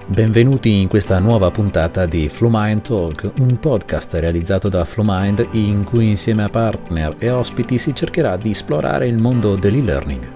Benvenuti in questa nuova puntata di FlowMind Talk, un podcast realizzato da FlowMind in cui insieme a partner e ospiti si cercherà di esplorare il mondo dell'e-learning.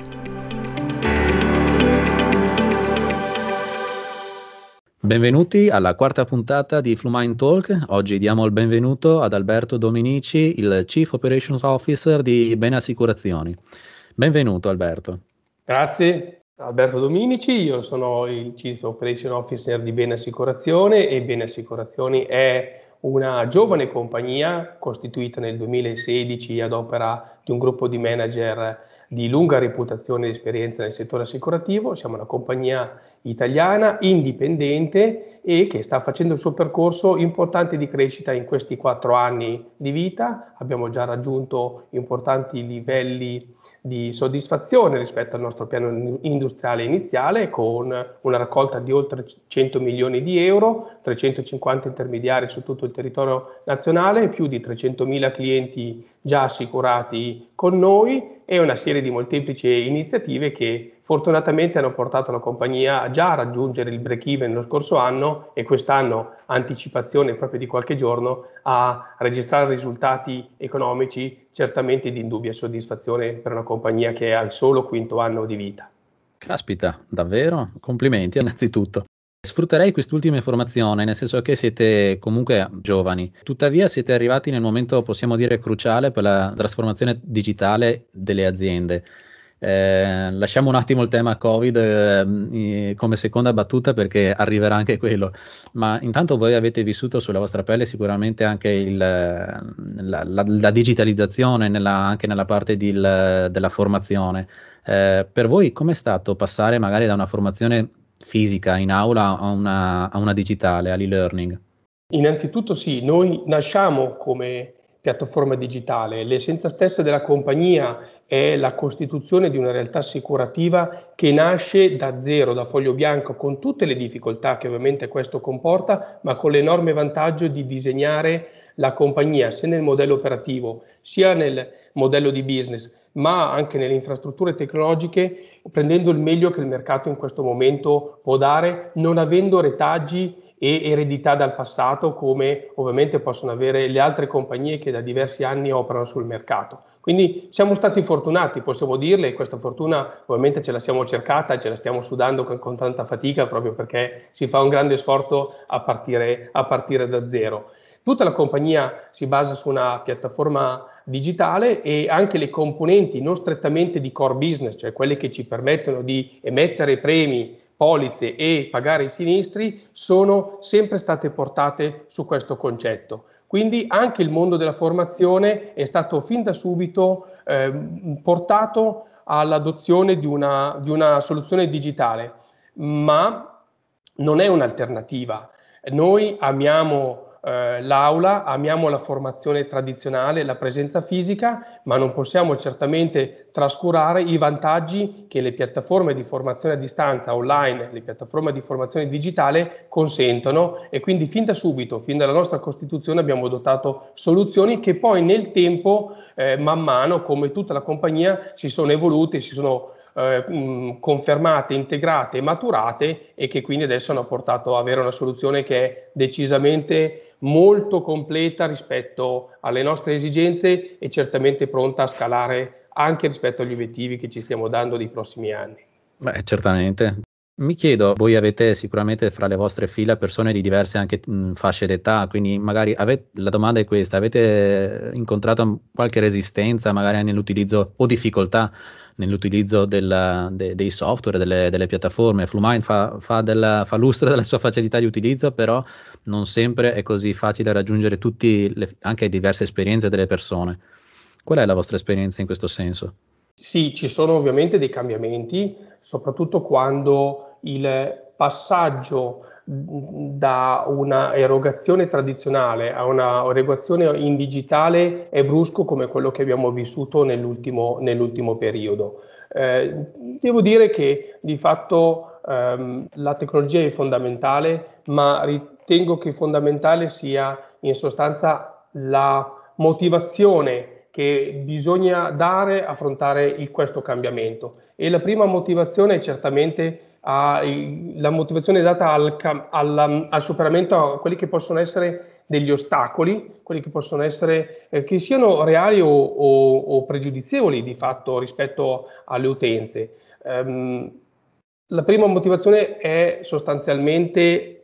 Benvenuti alla quarta puntata di FlowMind Talk. Oggi diamo il benvenuto ad Alberto Dominici, il Chief Operations Officer di Bene Assicurazioni. Benvenuto Alberto. Grazie. Alberto Dominici, io sono il Chief Operation Officer di Bene Assicurazione e Bene Assicurazioni è una giovane compagnia costituita nel 2016 ad opera di un gruppo di manager di lunga reputazione e esperienza nel settore assicurativo. Siamo una compagnia italiana, indipendente e che sta facendo il suo percorso importante di crescita in questi 4 anni di vita. Abbiamo già raggiunto importanti livelli di soddisfazione rispetto al nostro piano industriale iniziale, con una raccolta di oltre 100 milioni di euro, 350 intermediari su tutto il territorio nazionale, più di 300.000 clienti già assicurati con noi e una serie di molteplici iniziative che fortunatamente hanno portato la compagnia già a raggiungere il break-even lo scorso anno e quest'anno, anticipazione proprio di qualche giorno, a registrare risultati economici certamente di indubbia soddisfazione per una compagnia che è al solo 5º anno di vita. Caspita, davvero? Complimenti innanzitutto. Sfrutterei quest'ultima informazione, nel senso che siete comunque giovani, tuttavia siete arrivati nel momento, possiamo dire, cruciale per la trasformazione digitale delle aziende. Lasciamo un attimo il tema Covid come seconda battuta perché arriverà anche quello, ma intanto voi avete vissuto sulla vostra pelle sicuramente anche la digitalizzazione anche nella parte della formazione. Per voi com'è stato passare magari da una formazione fisica in aula a una digitale, all'e-learning? Innanzitutto sì, noi nasciamo come piattaforma digitale, l'essenza stessa della compagnia è la costituzione di una realtà assicurativa che nasce da zero, da foglio bianco, con tutte le difficoltà che ovviamente questo comporta, ma con l'enorme vantaggio di disegnare la compagnia sia nel modello operativo, sia nel modello di business, ma anche nelle infrastrutture tecnologiche, prendendo il meglio che il mercato in questo momento può dare, non avendo retaggi e eredità dal passato come ovviamente possono avere le altre compagnie che da diversi anni operano sul mercato. Quindi siamo stati fortunati, possiamo dirle, e questa fortuna ovviamente ce la siamo cercata, ce la stiamo sudando con tanta fatica proprio perché si fa un grande sforzo a partire da zero. Tutta la compagnia si basa su una piattaforma digitale e anche le componenti non strettamente di core business, cioè quelle che ci permettono di emettere premi, polizze e pagare i sinistri, sono sempre state portate su questo concetto. Quindi anche il mondo della formazione è stato fin da subito portato all'adozione di una soluzione digitale, ma non è un'alternativa. Noi amiamo l'aula, amiamo la formazione tradizionale, la presenza fisica, ma non possiamo certamente trascurare i vantaggi che le piattaforme di formazione a distanza online, le piattaforme di formazione digitale consentono e quindi fin da subito, fin dalla nostra costituzione abbiamo adottato soluzioni che poi nel tempo, man mano, come tutta la compagnia, si sono evolute, si sono confermate, integrate e maturate e che quindi adesso hanno portato ad avere una soluzione che è decisamente molto completa rispetto alle nostre esigenze e certamente pronta a scalare anche rispetto agli obiettivi che ci stiamo dando nei prossimi anni. Beh, certamente. Mi chiedo, voi avete sicuramente fra le vostre fila persone di diverse anche fasce d'età, quindi magari la domanda è questa, avete incontrato qualche resistenza magari nell'utilizzo o difficoltà nell'utilizzo dei software, delle piattaforme? FlowMind fa lustro della sua facilità di utilizzo, però non sempre è così facile raggiungere anche diverse esperienze delle persone. Qual è la vostra esperienza in questo senso? Sì, ci sono ovviamente dei cambiamenti, soprattutto quando il passaggio da una erogazione tradizionale a una erogazione in digitale è brusco come quello che abbiamo vissuto nell'ultimo periodo. Devo dire che di fatto la tecnologia è fondamentale, ma ritengo che fondamentale sia in sostanza la motivazione che bisogna dare a affrontare questo cambiamento. E la prima motivazione è certamente la motivazione è data al superamento a quelli che possono essere degli ostacoli, quelli che possono essere, che siano reali o pregiudizievoli di fatto rispetto alle utenze. La prima motivazione è sostanzialmente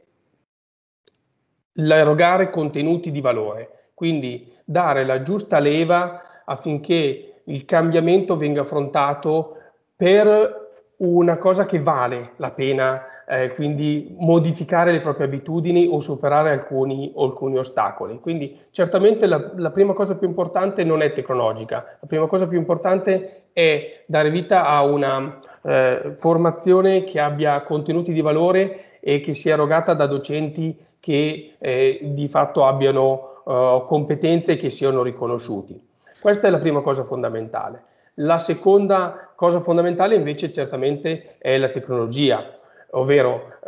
l'erogare contenuti di valore, quindi dare la giusta leva affinché il cambiamento venga affrontato per una cosa che vale la pena, quindi modificare le proprie abitudini o superare alcuni ostacoli. Quindi certamente la prima cosa più importante non è tecnologica, la prima cosa più importante è dare vita a una formazione che abbia contenuti di valore e che sia erogata da docenti che di fatto abbiano competenze che siano riconosciuti. Questa è la prima cosa fondamentale. La seconda cosa fondamentale invece certamente è la tecnologia, ovvero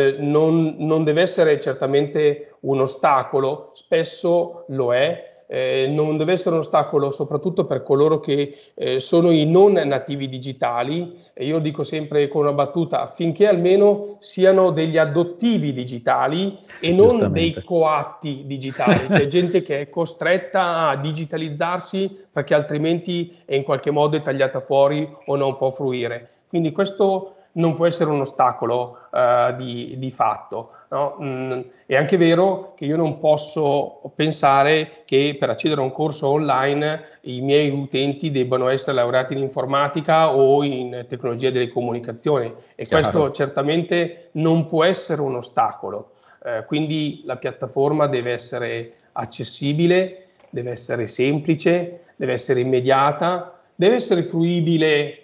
non deve essere certamente un ostacolo, spesso lo è, non deve essere un ostacolo soprattutto per coloro che sono i non nativi digitali. E io dico sempre con una battuta, affinché almeno siano degli adottivi digitali e non dei coatti digitali, cioè gente che è costretta a digitalizzarsi perché altrimenti in qualche modo è tagliata fuori o non può fruire. Quindi questo non può essere un ostacolo di fatto, no? È anche vero che io non posso pensare che per accedere a un corso online i miei utenti debbano essere laureati in informatica o in tecnologia delle comunicazioni, e Chiaro. questo certamente non può essere un ostacolo. Quindi la piattaforma deve essere accessibile, deve essere semplice, deve essere immediata, deve essere fruibile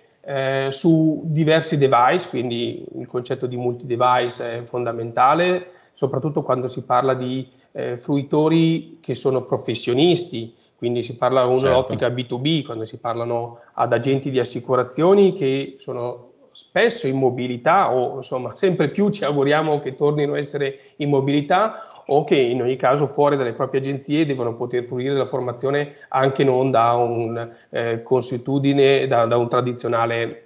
su diversi device, quindi il concetto di multi-device è fondamentale, soprattutto quando si parla di fruitori che sono professionisti, quindi si parla un'ottica B2B, quando si parlano ad agenti di assicurazioni che sono spesso in mobilità o insomma sempre più ci auguriamo che tornino a essere in mobilità, o che in ogni caso fuori dalle proprie agenzie devono poter fruire della formazione anche non da un consuetudine, da un tradizionale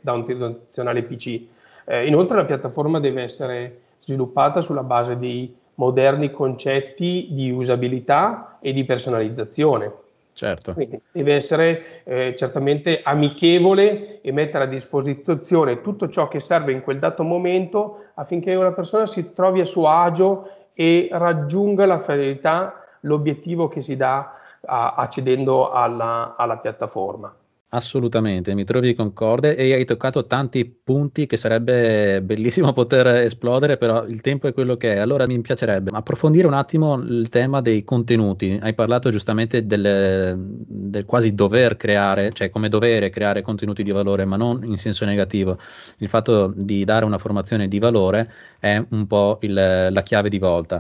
PC. Inoltre la piattaforma deve essere sviluppata sulla base di moderni concetti di usabilità e di personalizzazione. Certo. Quindi deve essere certamente amichevole e mettere a disposizione tutto ciò che serve in quel dato momento affinché una persona si trovi a suo agio e raggiunga la finalità, l'obiettivo che si dà accedendo alla piattaforma. Assolutamente, mi trovi concorde e hai toccato tanti punti che sarebbe bellissimo poter esplodere, però il tempo è quello che è. Allora mi piacerebbe approfondire un attimo il tema dei contenuti. Hai parlato giustamente del quasi dover creare, cioè come dovere creare contenuti di valore, ma non in senso negativo. Il fatto di dare una formazione di valore è un po' la chiave di volta.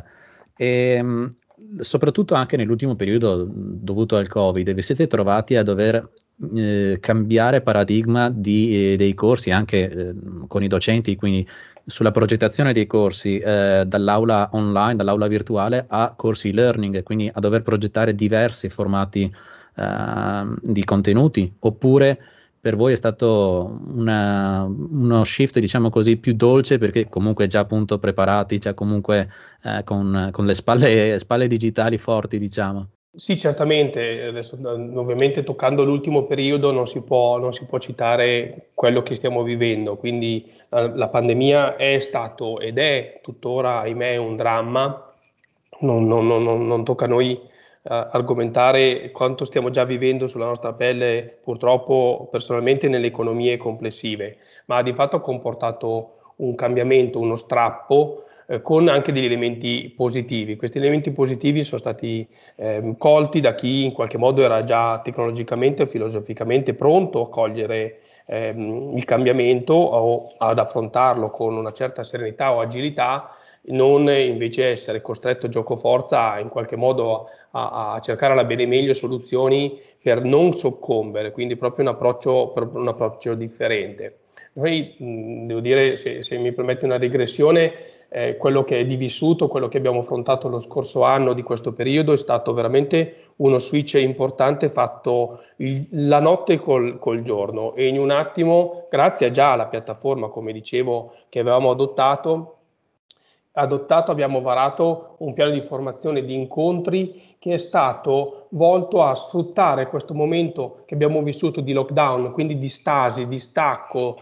E soprattutto anche nell'ultimo periodo dovuto al Covid, vi siete trovati a dover cambiare paradigma dei corsi anche con i docenti, quindi sulla progettazione dei corsi dall'aula online, dall'aula virtuale a corsi e-learning, quindi a dover progettare diversi formati di contenuti, oppure per voi è stato uno shift, diciamo così, più dolce perché comunque già appunto preparati, già comunque con le spalle digitali forti, diciamo. Sì, certamente. Adesso, ovviamente toccando l'ultimo periodo non si può citare quello che stiamo vivendo, quindi la pandemia è stato ed è tuttora, ahimè, un dramma. Non tocca a noi argomentare quanto stiamo già vivendo sulla nostra pelle, purtroppo personalmente nelle economie complessive, ma di fatto ha comportato un cambiamento, uno strappo con anche degli elementi positivi. Questi elementi positivi sono stati colti da chi in qualche modo era già tecnologicamente o filosoficamente pronto a cogliere il cambiamento o ad affrontarlo con una certa serenità o agilità, non invece essere costretto giocoforza in qualche modo a cercare alla bene meglio soluzioni per non soccombere, quindi proprio un approccio differente. Noi, devo dire, se mi permette una regressione, quello che è di vissuto, quello che abbiamo affrontato lo scorso anno di questo periodo è stato veramente uno switch importante fatto la notte col giorno, e in un attimo, grazie già alla piattaforma, come dicevo, che avevamo adottato, abbiamo varato un piano di formazione di incontri che è stato volto a sfruttare questo momento che abbiamo vissuto di lockdown, quindi di stasi, di stacco,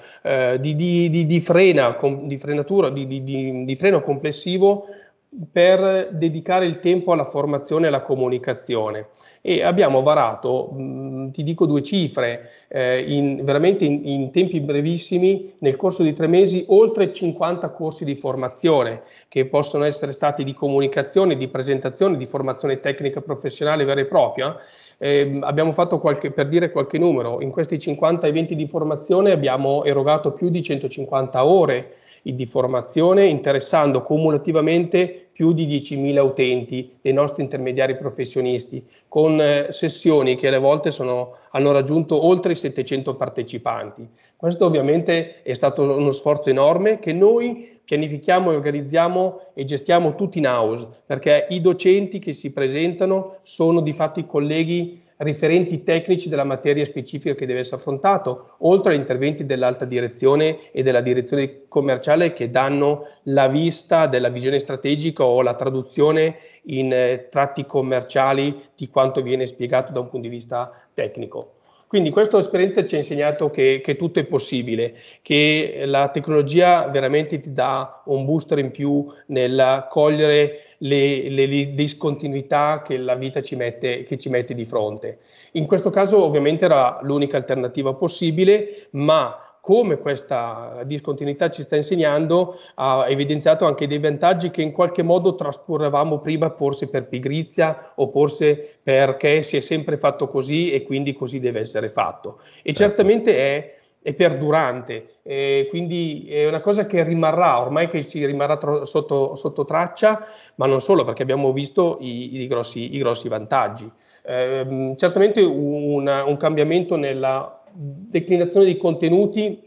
di frenatura, di freno complessivo, per dedicare il tempo alla formazione e alla comunicazione. E abbiamo varato, ti dico 2 cifre, veramente in tempi brevissimi, nel corso di 3 mesi, oltre 50 corsi di formazione, che possono essere stati di comunicazione, di presentazione, di formazione tecnica professionale vera e propria. Abbiamo fatto per dire qualche numero, in questi 50 eventi di formazione abbiamo erogato più di 150 ore di formazione, interessando cumulativamente più di 10.000 utenti dei nostri intermediari professionisti, con sessioni che alle volte hanno raggiunto oltre i 700 partecipanti. Questo ovviamente è stato uno sforzo enorme che noi pianifichiamo e organizziamo e gestiamo tutti in house, perché i docenti che si presentano sono di fatto i colleghi riferenti tecnici della materia specifica che deve essere affrontato, oltre agli interventi dell'alta direzione e della direzione commerciale, che danno la vista della visione strategica o la traduzione in tratti commerciali di quanto viene spiegato da un punto di vista tecnico. Quindi questa esperienza ci ha insegnato che tutto è possibile, che la tecnologia veramente ti dà un booster in più nel cogliere le discontinuità che la vita ci mette di fronte. In questo caso ovviamente era l'unica alternativa possibile, ma come questa discontinuità ci sta insegnando, ha evidenziato anche dei vantaggi che in qualche modo trascorrevamo prima, forse per pigrizia o forse perché si è sempre fatto così e quindi così deve essere fatto. E certamente è perdurante, quindi è una cosa che rimarrà, ormai che ci rimarrà sotto traccia, ma non solo, perché abbiamo visto i grossi vantaggi. Certamente un cambiamento nella declinazione dei contenuti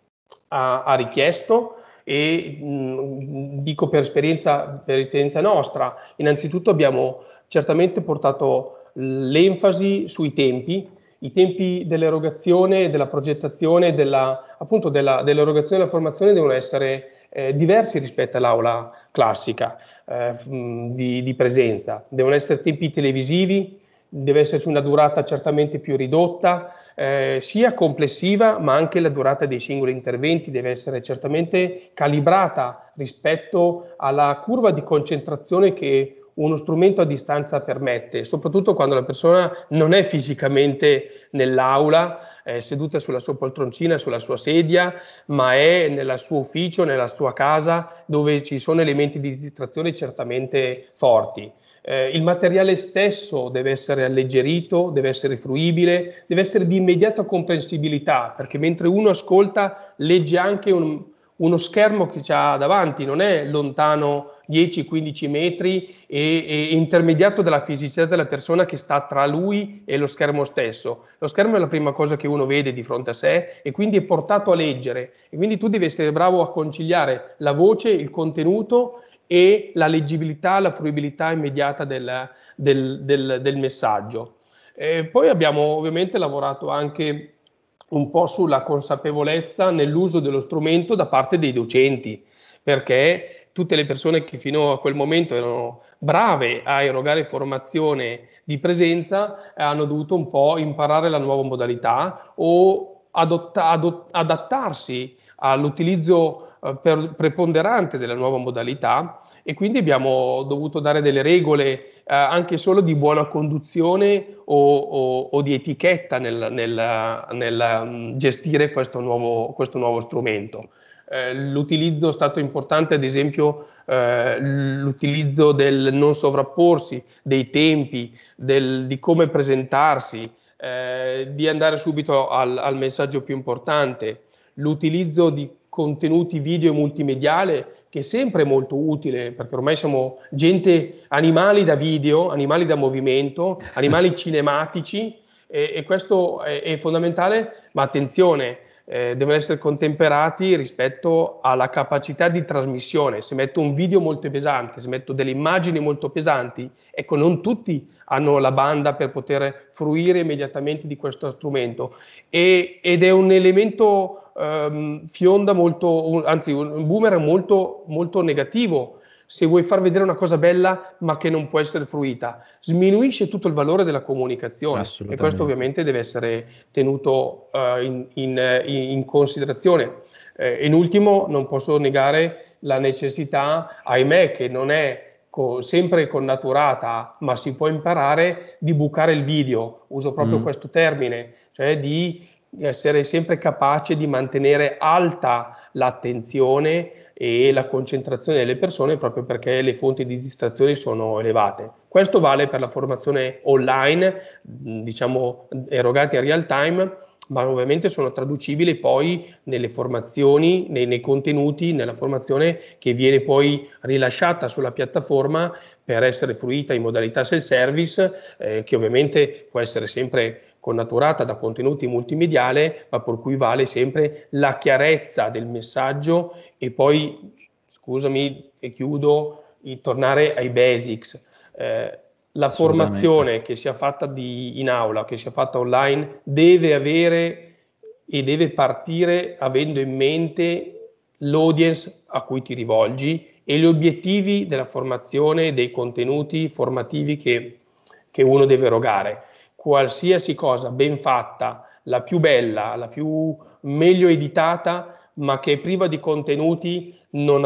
ha richiesto, e dico per esperienza nostra, innanzitutto abbiamo certamente portato l'enfasi sui tempi. I tempi dell'erogazione, della progettazione, dell'erogazione della formazione devono essere diversi rispetto all'aula classica di presenza. Devono essere tempi televisivi, deve esserci una durata certamente più ridotta, sia complessiva, ma anche la durata dei singoli interventi deve essere certamente calibrata rispetto alla curva di concentrazione che uno strumento a distanza permette, soprattutto quando la persona non è fisicamente nell'aula, seduta sulla sua poltroncina, sulla sua sedia, ma è nel suo ufficio, nella sua casa, dove ci sono elementi di distrazione certamente forti. Il materiale stesso deve essere alleggerito, deve essere fruibile, deve essere di immediata comprensibilità, perché mentre uno ascolta legge anche uno schermo che c'ha davanti, non è lontano 10-15 metri e intermediato dalla fisicità della persona che sta tra lui e lo schermo stesso. Lo schermo è la prima cosa che uno vede di fronte a sé e quindi è portato a leggere, e quindi tu devi essere bravo a conciliare la voce, il contenuto e la leggibilità, la fruibilità immediata del messaggio. Poi abbiamo ovviamente lavorato anche un po' sulla consapevolezza nell'uso dello strumento da parte dei docenti, perché tutte le persone che fino a quel momento erano brave a erogare formazione di presenza hanno dovuto un po' imparare la nuova modalità o adattarsi all'utilizzo preponderante della nuova modalità, e quindi abbiamo dovuto dare delle regole anche solo di buona conduzione o di etichetta nel gestire questo nuovo strumento. L'utilizzo è stato importante, ad esempio l'utilizzo del non sovrapporsi, dei tempi, di come presentarsi, di andare subito al messaggio più importante, l'utilizzo di contenuti video e multimediale, che è sempre molto utile, perché ormai siamo animali da video, animali da movimento, animali cinematici, e questo è fondamentale, ma attenzione, devono essere contemperati rispetto alla capacità di trasmissione. Se metto un video molto pesante, se metto delle immagini molto pesanti, ecco, non tutti hanno la banda per poter fruire immediatamente di questo strumento, ed è un elemento fionda molto, anzi un boomerang molto, molto negativo. Se vuoi far vedere una cosa bella ma che non può essere fruita, sminuisce tutto il valore della comunicazione, e questo ovviamente deve essere tenuto in considerazione. In ultimo, non posso negare la necessità, ahimè, che non è sempre connaturata, ma si può imparare, di bucare il video. Uso proprio questo termine, cioè di essere sempre capace di mantenere alta l'attenzione e la concentrazione delle persone, proprio perché le fonti di distrazione sono elevate. Questo vale per la formazione online, diciamo erogate a real time, ma ovviamente sono traducibili poi nelle formazioni, nei contenuti, nella formazione che viene poi rilasciata sulla piattaforma per essere fruita in modalità self-service, che ovviamente può essere sempre connaturata da contenuti multimediale, ma per cui vale sempre la chiarezza del messaggio. E poi, scusami e chiudo, tornare ai basics. La formazione che sia fatta in aula, che sia fatta online, deve avere e deve partire avendo in mente l'audience a cui ti rivolgi e gli obiettivi della formazione, dei contenuti formativi che uno deve erogare. Qualsiasi cosa ben fatta, la più bella, la più meglio editata, ma che è priva di contenuti,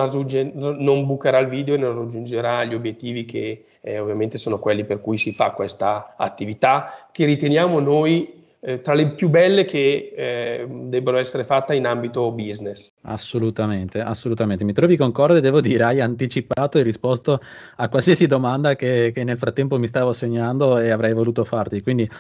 non bucherà il video e non raggiungerà gli obiettivi che ovviamente sono quelli per cui si fa questa attività, che riteniamo noi tra le più belle che debbano essere fatte in ambito business. Assolutamente, assolutamente. Mi trovi concorde, devo dire, hai anticipato e risposto a qualsiasi domanda che nel frattempo mi stavo segnando e avrei voluto farti. Quindi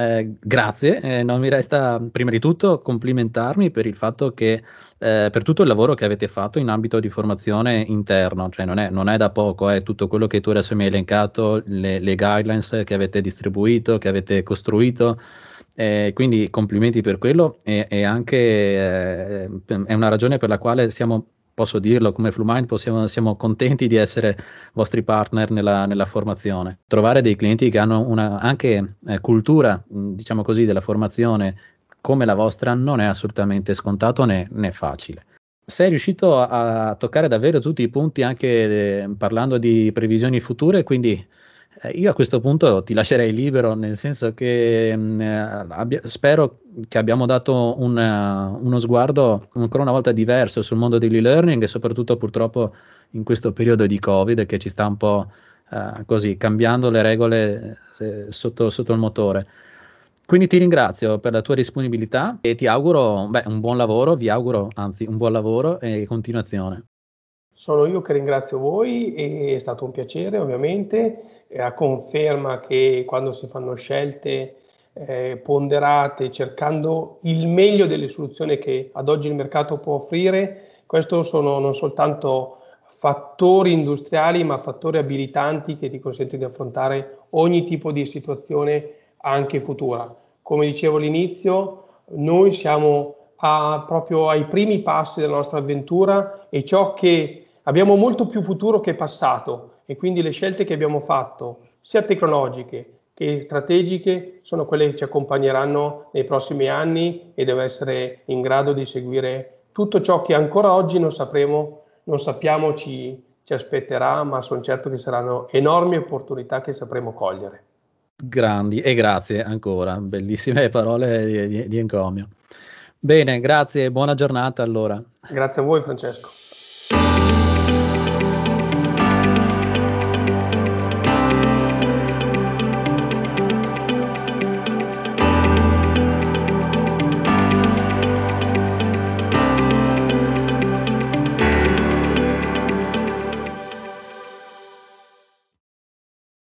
grazie, non mi resta prima di tutto complimentarmi per il fatto che per tutto il lavoro che avete fatto in ambito di formazione interno, cioè non è da poco, tutto quello che tu adesso mi hai elencato, le guidelines che avete distribuito, che avete costruito. Quindi complimenti per quello, e anche è una ragione per la quale posso dirlo, come Flumind siamo contenti di essere vostri partner nella formazione. Trovare dei clienti che hanno una anche cultura, diciamo così, della formazione come la vostra non è assolutamente scontato né facile. Sei riuscito a toccare davvero tutti i punti, anche parlando di previsioni future, quindi io a questo punto ti lascerei libero, nel senso che spero che abbiamo dato uno sguardo ancora una volta diverso sul mondo dell'e-learning, e soprattutto purtroppo in questo periodo di Covid che ci sta un po' così cambiando le regole sotto il motore. Quindi ti ringrazio per la tua disponibilità e ti auguro un buon lavoro, vi auguro anzi un buon lavoro e continuazione. Sono io che ringrazio voi, e è stato un piacere ovviamente, a conferma che quando si fanno scelte ponderate, cercando il meglio delle soluzioni che ad oggi il mercato può offrire, questo sono non soltanto fattori industriali, ma fattori abilitanti che ti consentono di affrontare ogni tipo di situazione anche futura. Come dicevo all'inizio, noi siamo proprio ai primi passi della nostra avventura, e ciò che abbiamo molto più futuro che passato, e quindi le scelte che abbiamo fatto, sia tecnologiche che strategiche, sono quelle che ci accompagneranno nei prossimi anni, e deve essere in grado di seguire tutto ciò che ancora oggi non sappiamo ci aspetterà, ma sono certo che saranno enormi opportunità che sapremo cogliere. Grandi, e grazie ancora, bellissime parole di encomio. Bene, grazie, buona giornata allora. Grazie a voi, Francesco.